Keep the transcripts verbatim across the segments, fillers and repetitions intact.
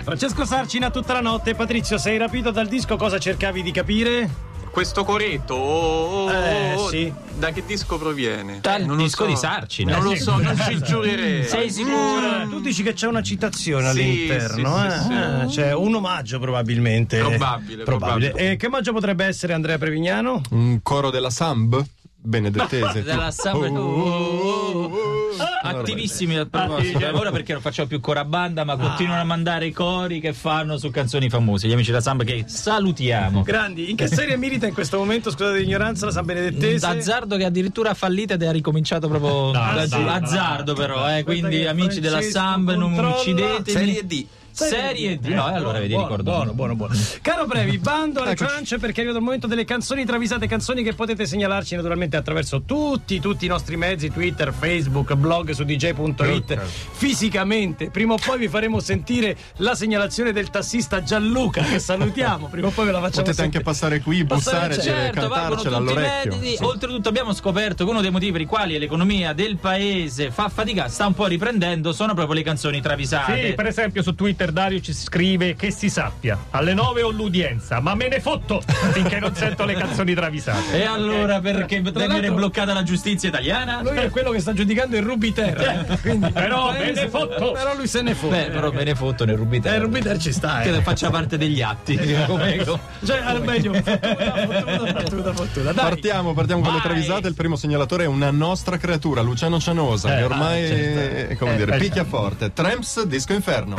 Francesco Sarcina tutta la notte. Patrizio, sei rapito dal disco, cosa cercavi di capire? Questo coretto, oh, oh, Eh, oh, sì. da che disco proviene? Dal non lo disco so. di Sarcina. Non lo so, non ci giurerei. Sei sicuro? Tu dici che c'è una citazione Sì, all'interno, sì, eh? sì, sì. Ah, c'è un omaggio probabilmente. Probabile, probabile. E che omaggio potrebbe essere, Andrea Prevignano? Un coro della Samb benedettese. Della Samb- Oh, oh, oh, oh. Attivissimi al proposito. Ora perché non facciamo più corabanda, ma continuano a mandare i cori che fanno su canzoni famose. Gli amici della Samba che salutiamo. Grandi, in che serie milita in questo momento, scusate l'ignoranza, la San Benedettese? Azzardo che addirittura ha fallito ed è ricominciato proprio da giù. Azzardo però, eh, quindi amici della Samba non uccidetemi. Serie D. Serie D, no, e allora vedi, buono, ricordo. buono, buono, buono. Caro Previ, bando alle ciance perché è arrivato il momento delle canzoni travisate, canzoni che potete segnalarci naturalmente attraverso tutti, tutti i nostri mezzi, Twitter, Facebook, blog su d j punto i t, fisicamente. Prima o poi vi faremo sentire la segnalazione del tassista Gianluca, che salutiamo, prima o poi ve la facciamo Potete sentire. anche passare qui, bussare, Certo, valgono cantarcela tutti i all'orecchio. mezzi. Sì. Oltretutto abbiamo scoperto che uno dei motivi per i quali l'economia del paese fa fatica, sta un po' riprendendo, sono proprio le canzoni travisate. Sì, per esempio su Twitter Dario ci scrive che si sappia, alle nove ho l'udienza, ma me ne fotto finché non sento le canzoni travisate. E allora perché tenere l'altro- bloccata la giustizia italiana? Lui è quello che sta giudicando il Rubiter, eh. Quindi, Però eh, me ne fotto. Però lui se ne fotte. Beh, però me ne fotto nel Rubiter. Eh, il Rubiter ci sta, Che eh. faccia parte degli atti. Come- Cioè, al meglio, fortuna, fortuna, fortuna, fortuna. Dai. Partiamo, partiamo con le Vai. travisate. Il primo segnalatore è una nostra creatura, Luciano Cianosa, Eh, che ormai ah, certo. è, come Eh, dire, eh, picchia forte. Tramps, Disco Inferno.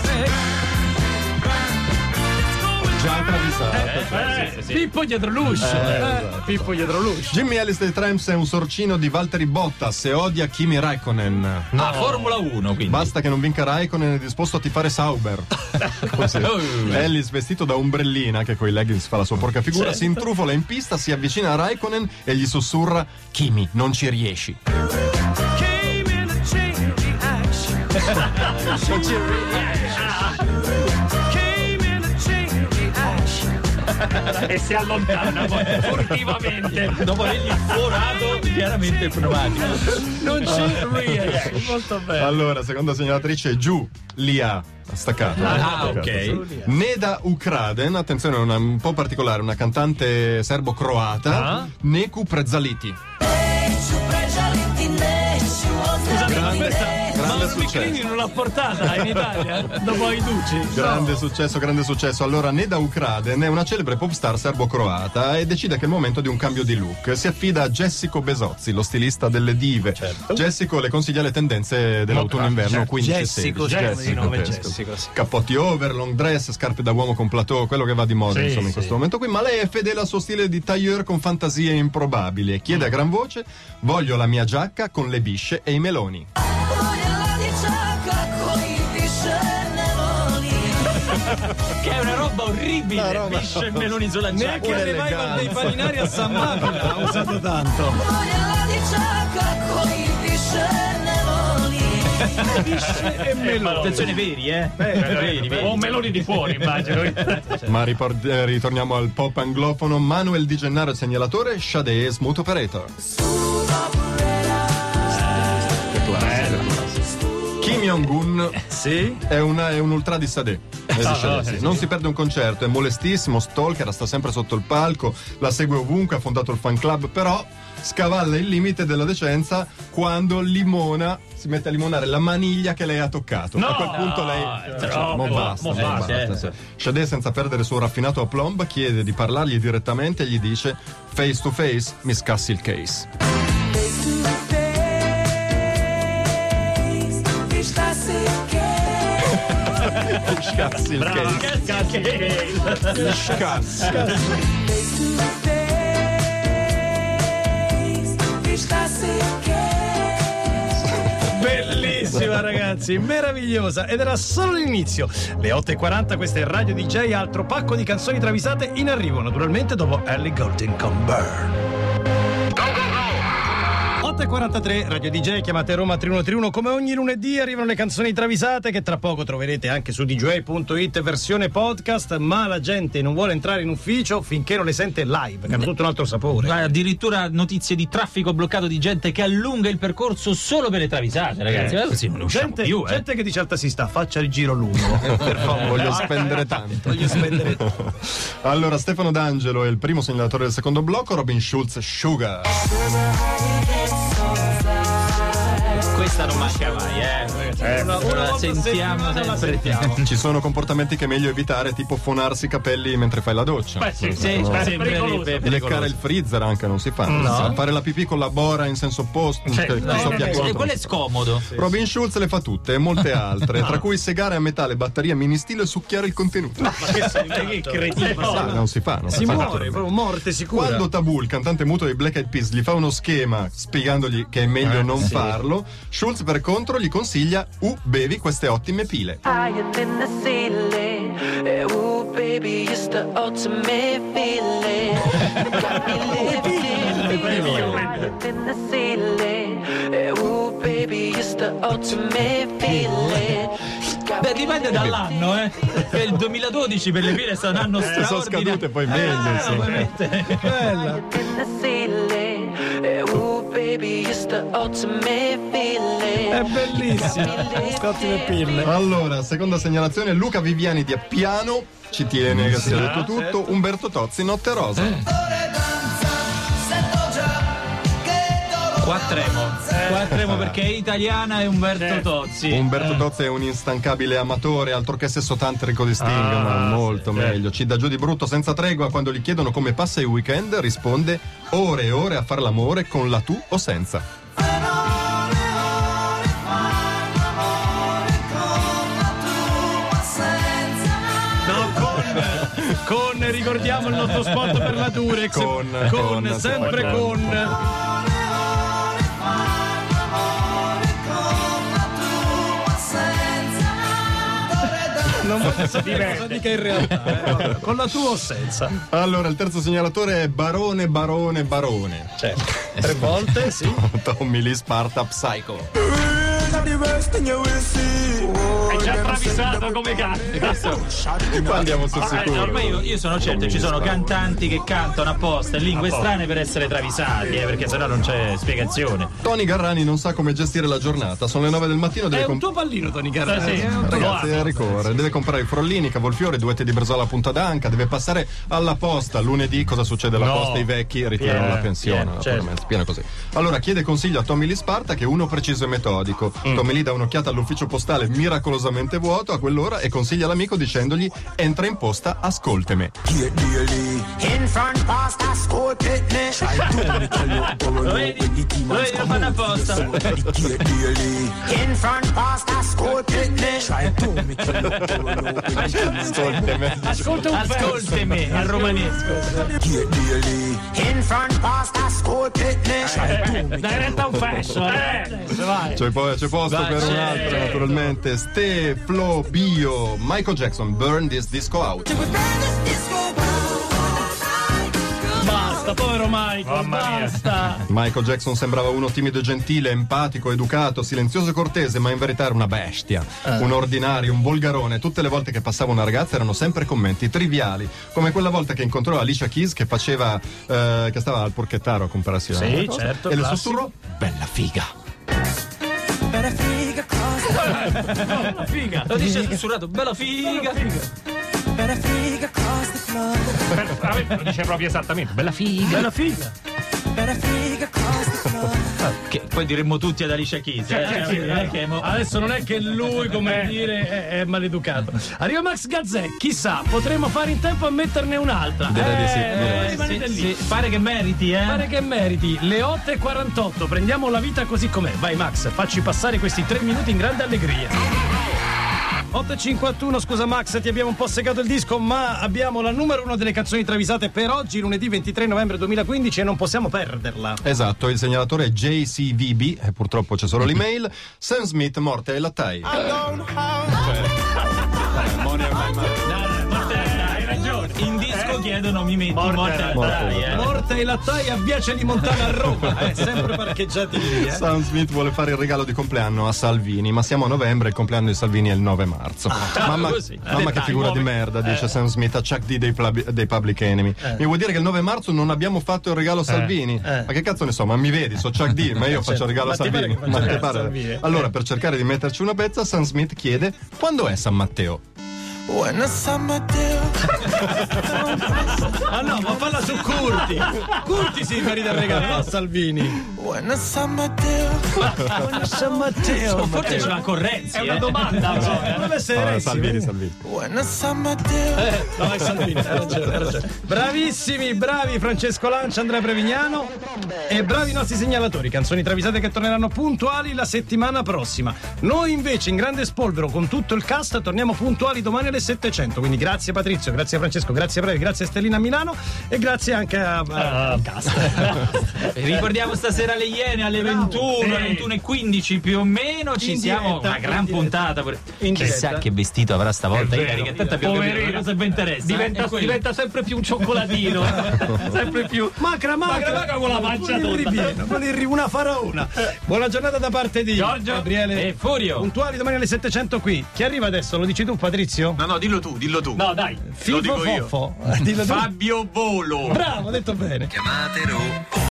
Già travisata. Eh, sì, sì. Pippo dietro l'uscio. Eh, eh. esatto. Pippo dietro l'uscio. Jimmy Ellis dei Tramps è un sorcino di Valtteri Bottas e odia Kimi Raikkonen. Ah, Formula uno, quindi. Basta che non vinca Raikkonen, è disposto a tifare Sauber. Così. Ellis, vestito da ombrellina, che coi leggings fa la sua porca figura, si intrufola in pista, si avvicina a Raikkonen e gli sussurra: Kimi, non ci riesci. Non ci e si allontana poi furtivamente Dopo avergli forato chiaramente il pneumatico. Non ci riesci. Molto bene. Allora, seconda segnalatrice, giù, Lia. Ha staccato. Ah, Ha ok. staccato. Neda Ukraden, attenzione, una, un po' particolare, una cantante serbo-croata, Ah. Neku Prezaliti. Scusate, ma questa grande Mauro Michelini successo. non l'ha portata in Italia dopo ai Duci. Grande successo, grande successo. Allora, Neda Ukraden è una celebre pop star serbo-croata e decide che è il momento di un cambio di look. Si affida a Jessico Besozzi, lo stilista delle dive. Jessico le consiglia le tendenze dell'autunno-inverno quindici Jessico, sedici. di nome Jessico. Jessico, sì. Cappotti over, long dress, scarpe da uomo con plateau, quello che va di moda Sì, insomma in sì. questo momento qui. Ma lei è fedele al suo stile di tailleur con fantasie improbabili e chiede a gran voce: voglio la mia giacca con le bisce e i meloni. Che è una roba orribile. Una roba- Bisce e meloni sulla Neanche giacca. il revival dei Un'eleganza. paninari a San Marco ha usato tanto. E meloni. Attenzione, veri, eh? veri, veri. o meloni di fuori immagino. Ma ripor- eh, ritorniamo al pop anglofono. Manuel Di Gennaro, il segnalatore, Sade, Smooth Operator. Kim Jong-un Sì? è, una, è un ultra di Sade. Eh, dice Ah, lei, sì. sì. Non si perde un concerto, è molestissimo, stalker, sta sempre sotto il palco, la segue ovunque, ha fondato il fan club, però scavalla il limite della decenza quando limona, si mette a limonare la maniglia che lei ha toccato. No, a quel punto lei è cioè, troppo, mo basta, mo mo basta, basta, eh. sì. Sade, senza perdere il suo raffinato aplomb, chiede di parlargli direttamente e gli dice: face to face, mi scassi il case. Mi scassi il Brava, case. cazzo che Mi scassi. Bellissima ragazzi, meravigliosa. Ed era solo l'inizio. Le otto e quaranta, questa è Radio D J, altro pacco di canzoni travisate in arrivo, naturalmente dopo Ellie Goulding con Burn. otto otto e quarantatré, Radio D J, chiamate Roma tre uno tre uno. Come ogni lunedì arrivano le canzoni travisate che tra poco troverete anche su D J punto it versione podcast, ma la gente non vuole entrare in ufficio finché non le sente live, che hanno tutto un altro sapore. Addirittura notizie di traffico bloccato di gente che allunga il percorso solo per le travisate, ragazzi. Eh. Così non ne usciamo gente, più, eh. gente che dice alta si sta, faccia il giro lungo. Per favore. Voglio spendere tanto. Voglio spendere tanto. Allora, Stefano D'Angelo è il primo segnalatore del secondo blocco, Robin Schulz, Sugar. Questa non manca mai, eh. Eh, Una, una La volta sentiamo a settimana la sempre. sentiamo. Ci sono comportamenti che è meglio evitare, tipo fonarsi i capelli mentre fai la doccia. Beh, sì, Sì, No. beh, È sempre pericoloso. lì, E leccare il freezer anche non si fa. No. Fare la pipì con la bora in senso opposto, Cioè, che- che no, soppia no, no, contro. E quello è scomodo. Robin Schulz le fa tutte e molte altre, tra cui segare a metà le batterie mini stilo e succhiare il contenuto. Ma che sei che cretino. Ah, non si fa, non Si si fa. muore, proprio morte sicura. Quando Tabù, il cantante muto dei Black Eyed Peas, gli fa uno schema spiegandogli che è meglio non farlo, Schulz per contro gli consiglia: uh, bevi queste ottime pile. Higher than the ceiling. Eh, ooh, baby, it's the ultimate feeling. Got me lifted. Higher than the ceiling. Eh, ooh, baby, it's the ultimate feeling. Got Beh, me dipende dall'anno, eh. Per il duemiladodici per le pile è un anno Eh, straordinario. sono scadute poi meglio, sì. ovviamente. higher than the ceiling. Eh, ooh, baby, it's the ultimate feeling. È bellissimo. Queste ottime pille. Allora, seconda segnalazione, Luca Viviani di Appiano ci tiene che sia detto tutto, Umberto Tozzi, Notte Rosa. Quattremo. Quattremo perché è italiana e Umberto Tozzi. Umberto Tozzi è un instancabile amatore, altro che sesso tantrico di Sting, Ah, ma molto sì, meglio. Ci dà giù di brutto senza tregua quando gli chiedono come passa il weekend, risponde: ore e ore a far l'amore con la tu o senza. No, con, con, ricordiamo il nostro spot per la Durex. Con, con, con, sempre con. con. Non voglio sapere cosa dica in realtà. eh, vabbè, con la tua o senza? Allora, il terzo segnalatore è Barone, Barone, Barone. Certo. Tre volte, sì. Tommy Lee Sparta Psycho. È già travisato come cazzo. Qua andiamo sul Eh, sicuro. ormai io, io sono certo, ci sono cantanti che cantano apposta in lingue Apposta. strane per essere travisati, eh, perché sennò non c'è spiegazione. Tony Garrani non sa come gestire la giornata. Sono le nove del mattino, deve È un comp- tuo pallino, Tony Garrani. Eh, sì. È un tuo- Ragazzi, Lo amo. ricorre, deve comprare i frollini, cavolfiori, duetti di Bresola a punta d'anca, deve passare alla posta. Lunedì cosa succede alla No. posta? I vecchi ritirano Pieno, la pensione, pieno, naturalmente, pieno così. Allora chiede consiglio a Tommy Lee Sparta, che è uno preciso e metodico. Mm. Tommy Lee dà un'occhiata all'ufficio postale miracolosamente vuoto a quell'ora e consiglia all'amico dicendogli: entra in posta, ascolteme. In front past a score picnic. Try to make a look go Lo low vedi? when the Lo demons vedi, lo come fanno out. apposta. So dedicate daily. In front past a score picnic. Try to make a look go low when the demons come out. Ascolta un pezzo. Ascoltami al romanesco. Dedicate daily. In front past a score picnic. Try to make Dai retta un fesso, eh. Vai. C'è, poi, c'è posto Vai, per un c'è. altro, naturalmente. Ste, Flo, Bio, Michael Jackson, Burn This Disco Out. Basta, povero Michael, Mamma mia. basta. Michael Jackson sembrava uno timido e gentile, empatico, educato, silenzioso e cortese, ma in verità era una bestia, un ordinario, un volgarone. Tutte le volte che passava una ragazza erano sempre commenti triviali, come quella volta che incontrò Alicia Keys che faceva eh, che stava al porchettaro a comprarsi Sì, una cosa, certo, e le classico. sussurrò: bella figa. Bella figa. Lo dice sussurrato, bella figa. Per- veramente lo dice proprio esattamente. Bella figa. Bella figa. Che poi diremmo tutti ad Alicia Keys, eh? Cioè, Cioè, non è che mo- Adesso non è che lui, come dire, è, è maleducato. Arriva Max Gazzè, chissà, potremo fare in tempo a metterne un'altra. Direi di sì, Eh, direi. Eh, rimanete sì, lì. sì, pare che meriti, eh? Pare che meriti. Le otto e quarantotto, prendiamo la vita così com'è. Vai Max, facci passare questi tre minuti in grande allegria. otto e cinquantuno, scusa Max, ti abbiamo un po' segato il disco, ma abbiamo la numero uno delle canzoni travisate per oggi, lunedì ventitré novembre duemilaquindici, e non possiamo perderla. Esatto, il segnalatore è J C V B e purtroppo c'è solo l'email. Sam Smith, Morte ai lattai. Hai ragione. In disco chiedono mi metti Morte morte ai alla dai, eh. Morte ai lattai a via Celimontana a Roma, eh, sempre parcheggiati lì. Eh. Sam Smith vuole fare il regalo di compleanno a Salvini, ma siamo a novembre e il compleanno di Salvini è il nove marzo. mamma così. mamma che Dai, figura muovi. di merda, dice Sam Smith a Chuck D dei, plab- dei Public Enemy. Mi vuol dire che il nove marzo non abbiamo fatto il regalo a Salvini? eh. Ma che cazzo ne so, ma mi vedi, so Chuck D, ma io faccio il regalo Ma a ti pare Salvini. che faccia Ma il ti regalo a pare? Salvini? Allora, per cercare di metterci una pezza, Sam Smith chiede: quando è San Matteo? When the summer dew. Ah no, ma falla su Curti. Curti si merita il regalo a Salvini. When the summer dew. San Matteo. Forse ce l'ha con Renzi. È una eh. domanda, però, eh. Dovrebbe essere Allora, Renzi, Salvini, vedi? Salvini. When the summer dew. No, è Salvini, hai ragione, hai ragione. Bravissimi, bravi Francesco Lancia, Andrea Prevignano e bravi i nostri segnalatori. Canzoni travisate che torneranno puntuali la settimana prossima. Noi invece in grande spolvero con tutto il cast torniamo puntuali domani alle settecento. Quindi grazie Patrizio, grazie Francesco, grazie Brevi, grazie a Stellina a Milano e grazie anche a, a cast. Ricordiamo stasera le Iene alle ventuno, Sì. alle ventuno e quindici più o meno. Ci In siamo. diretta, Una gran in diretta. puntata. pure. In Chissà diretta. che vestito avrà stavolta. È Ieri, vero. che tanto abbiamo capito Poverino. una cosa vi interessa. Diventa, eh? È quello. diventa sempre più un cioccolatino. sempre più. Macra, macra, Macra, macra con la pancia con il tutta. ripieno, con il ri- una faraona. Buona giornata da parte di Giorgio Gabriele e Furio. Puntuali domani alle settecento qui. Chi arriva adesso? Lo dici tu Patrizio? No, no, dillo tu, dillo tu. No, dai. Fifo dico io. Foffo. Dillo tu. Fabio Volo. Bravo, detto bene. Chiamatelo